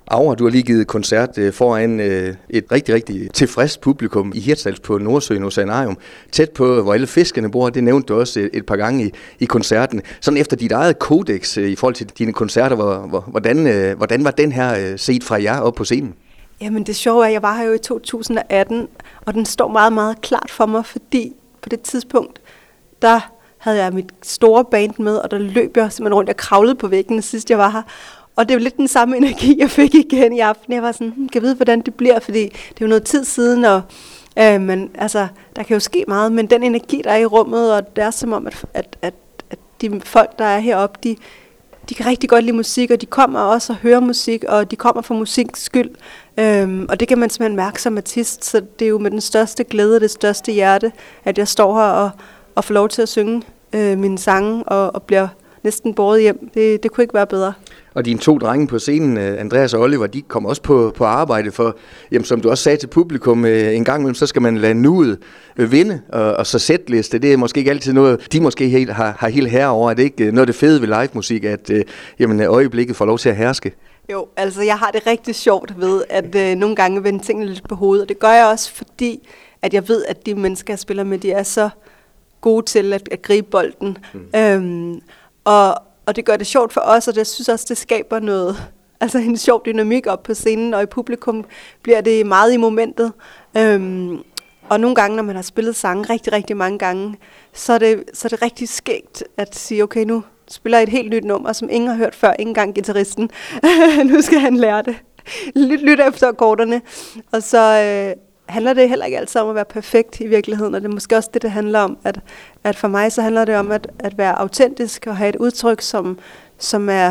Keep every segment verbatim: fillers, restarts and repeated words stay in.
Aura, du har lige givet koncert øh, foran øh, et rigtig, rigtig tilfreds publikum i Hirtshals på Nordsøen Oceanarium. Tæt på, hvor alle fiskerne bor. Det nævnte du også et, et par gange i, i koncerten. Sådan efter dit eget kodex øh, i forhold til dine koncerter, hvor, hvor, hvordan, øh, hvordan var den her øh, set fra jer op på scenen? Jamen det sjove er, at jeg var her jo i to tusind atten, og den står meget, meget klart for mig, fordi på det tidspunkt, der havde jeg mit store band med, og der løb jeg simpelthen rundt og kravlede på væggen, sidst jeg var her. Og det er jo lidt den samme energi, jeg fik igen i aften. Jeg var sådan, hm, kan jeg vide, hvordan det bliver, fordi det er jo noget tid siden, og øh, men, altså, der kan jo ske meget, men den energi, der er i rummet, og det er som om, at, at, at, at de folk, der er heroppe, de, de kan rigtig godt lide musik, og de kommer også og hører musik, og de kommer for musiks skyld. Øhm, og det kan man simpelthen mærke som artist, så det er jo med den største glæde og det største hjerte, at jeg står her og, og får lov til at synge øh, mine sange, og, og bliver næsten båret hjem. Det, det kunne ikke være bedre. Og dine to drenge på scenen, Andreas og Oliver, de kom også på, på arbejde for, jamen, som du også sagde til publikum, øh, en gang imellem, så skal man lade nuet øh, vinde, og, og så sætliste, det er måske ikke altid noget, de måske helt, har, har helt herre over. Er det ikke noget af det fede ved livemusik, at øh, jamen, øjeblikket får lov til at herske? Jo, altså jeg har det rigtig sjovt ved, at øh, nogle gange vende tingene lidt på hovedet, og det gør jeg også, fordi at jeg ved, at de mennesker, jeg spiller med, de er så gode til at, at gribe bolden. Mm. Øhm, og Og det gør det sjovt for os, og jeg synes også, det skaber noget, altså en sjov dynamik op på scenen, og i publikum bliver det meget i momentet. Øhm, og nogle gange, når man har spillet sange rigtig, rigtig mange gange, så er det, så er det rigtig skægt at sige, okay, nu spiller jeg et helt nyt nummer, som ingen har hørt før, ikke engang guitaristen. Nu skal han lære det. Lyt, lyt efter akkorderne. Og så øh, handler det heller ikke altid om at være perfekt i virkeligheden, og det er måske også det, det handler om, at, at for mig så handler det om at, at være autentisk og have et udtryk, som, som er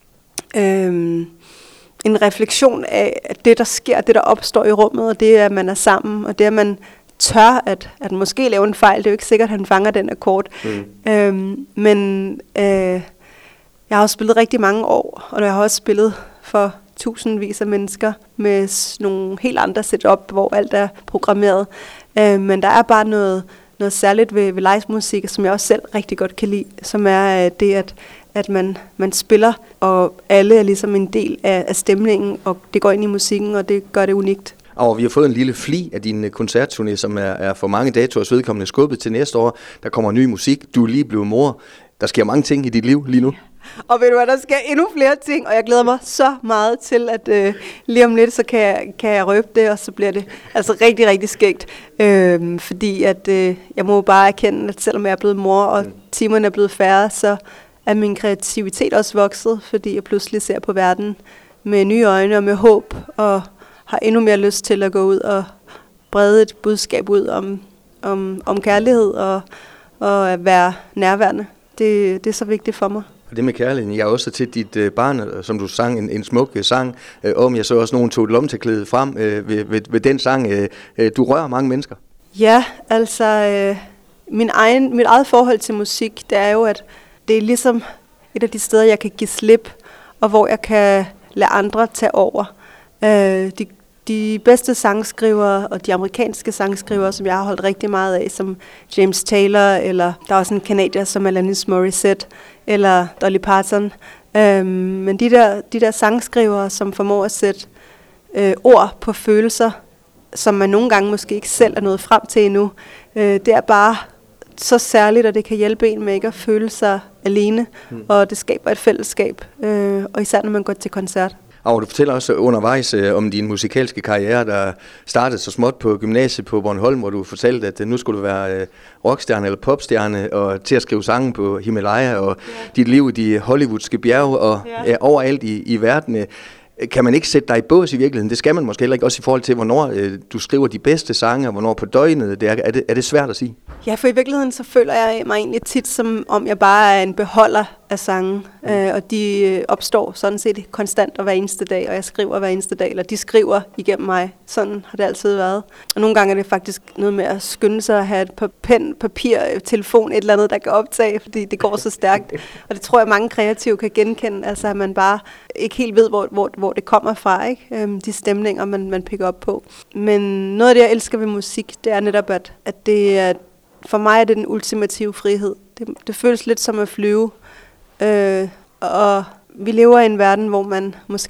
øhm, en refleksion af det, der sker, det, der opstår i rummet, og det, at man er sammen, og det, at man tør at, at måske lave en fejl. Det er jo ikke sikkert, at han fanger den akkord. Mm. Øhm, men øh, jeg har også spillet rigtig mange år, og jeg har også spillet for tusindvis af mennesker med nogle helt andre setup, hvor alt er programmeret. Øh, men der er bare noget, noget særligt ved, ved live-musik, som jeg også selv rigtig godt kan lide, som er øh, det, at, at man, man spiller, og alle er ligesom en del af, af stemningen, og det går ind i musikken, og det gør det unikt. Og vi har fået en lille fli af din koncertturné, som er, er for mange datoers vedkommende skubbet til næste år. Der kommer ny musik. Du er lige blevet mor. Der sker mange ting i dit liv lige nu. Og ved du hvad, der sker endnu flere ting, og jeg glæder mig så meget til, at øh, lige om lidt, så kan jeg, kan jeg røbe det, og så bliver det altså rigtig, rigtig skægt. Øh, fordi at øh, jeg må bare erkende, at selvom jeg er blevet mor, og timerne er blevet færre, så er min kreativitet også vokset, fordi jeg pludselig ser på verden med nye øjne og med håb, og har endnu mere lyst til at gå ud og brede et budskab ud om, om, om kærlighed og, og at være nærværende. Det, det er så vigtigt for mig. Og det med kærligheden, jeg er også til dit øh, barn, som du sang en, en smuk øh, sang øh, om. Jeg så også nogen tog et lommetørklæde frem øh, ved, ved, ved den sang. Øh, øh, du rører mange mennesker. Ja, altså øh, min egen, mit eget forhold til musik, det er jo, at det er ligesom et af de steder, jeg kan give slip, og hvor jeg kan lade andre tage over. Øh, de, de bedste sangskrivere og de amerikanske sangskrivere, som jeg har holdt rigtig meget af, som James Taylor, eller der er også en canadier som Alanis Morissette, eller Dolly Parton. Øh, men de der, de der sangskrivere, som formår at sætte øh, ord på følelser, som man nogle gange måske ikke selv er nået frem til endnu, øh, det er bare så særligt, at det kan hjælpe en med ikke at føle sig alene, mm. og det skaber et fællesskab, øh, og især når man går til koncert. Og du fortæller også undervejs øh, om din musikalske karriere, der startede så småt på gymnasiet på Bornholm, hvor du fortalte, at øh, nu skulle du være øh, rockstjerne eller popstjerne, og til at skrive sange på Himalaya, og ja. dit liv i de hollywoodske bjerge, og ja. øh, overalt i, i verden. Kan man ikke sætte dig i bås i virkeligheden? Det skal man måske heller ikke, også i forhold til, hvornår øh, du skriver de bedste sange, og hvornår på døgnet det er. Er det, er det svært at sige? Ja, for i virkeligheden så føler jeg mig egentlig tit, som om jeg bare er en beholder af sange, mm. øh, og de øh, opstår sådan set konstant og hver eneste dag, og jeg skriver hver eneste dag, eller de skriver igennem mig. Sådan har det altid været. Og nogle gange er det faktisk noget med at skynde sig at have et pen, papir, telefon, et eller andet, der kan optage, fordi det går så stærkt. Og det tror jeg, mange kreative kan genkende, altså at man bare ikke helt ved, hvor, hvor, hvor det kommer fra, ikke? Øhm, de stemninger, man, man picker op på. Men noget af det, jeg elsker ved musik, det er netop, at, at det er, for mig er det den ultimative frihed. Det, det føles lidt som at flyve. Øh, og vi lever i en verden, hvor man måske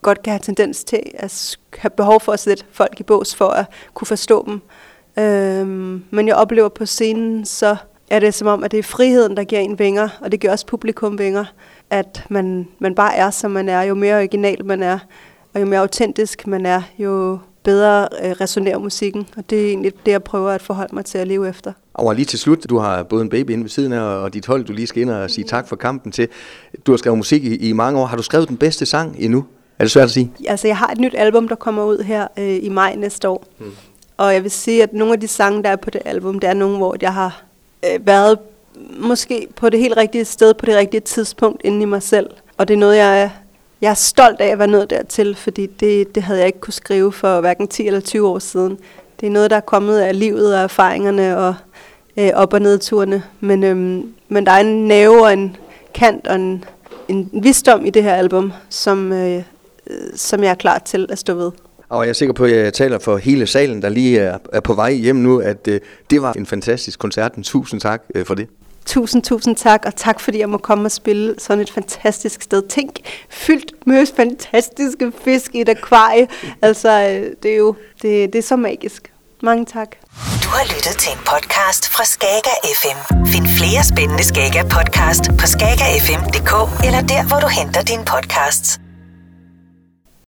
godt kan have tendens til at have behov for at sætte folk i bås for at kunne forstå dem. Øhm, men jeg oplever på scenen, så er det som om, at det er friheden, der giver en vinger, og det giver også publikum vinger, at man, man bare er, som man er. Jo mere original man er, og jo mere autentisk man er, jo bedre øh, resonerer musikken. Og det er egentlig det, jeg prøver at forholde mig til at leve efter. Og lige til slut, du har både en baby inde ved siden af, og dit hold, du lige skal ind og sige tak for kampen til. Du har skrevet musik i, i mange år. Har du skrevet den bedste sang endnu? Er det svært at sige? Altså, jeg har et nyt album, der kommer ud her øh, i maj næste år. Hmm. Og jeg vil sige, at nogle af de sange, der er på det album, det er nogle, hvor jeg har øh, været måske på det helt rigtige sted, på det rigtige tidspunkt inde i mig selv. Og det er noget, jeg er, jeg er stolt af at være nået dertil, fordi det, det havde jeg ikke kunne skrive for hverken ti eller tyve år siden. Det er noget, der er kommet af livet og erfaringerne og øh, op- og nedturene. Men, øhm, men der er en nerve og en kant og en, en visdom i det her album, som, øh, som jeg er klar til at stå ved. Og jeg er sikker på, at jeg taler for hele salen, der lige er, er på vej hjem nu, at øh, det var en fantastisk koncert. Tusind tak øh, for det. Tusind, tusind tak, og tak fordi jeg må komme og spille sådan et fantastisk sted. Tænk, fyldt med fantastiske fisk i et akvarie. Altså, det er jo det, det er så magisk. Mange tak. Du har lyttet til en podcast fra Skager F M. Find flere spændende Skager podcast på skager f m punktum d k eller der, hvor du henter dine podcasts.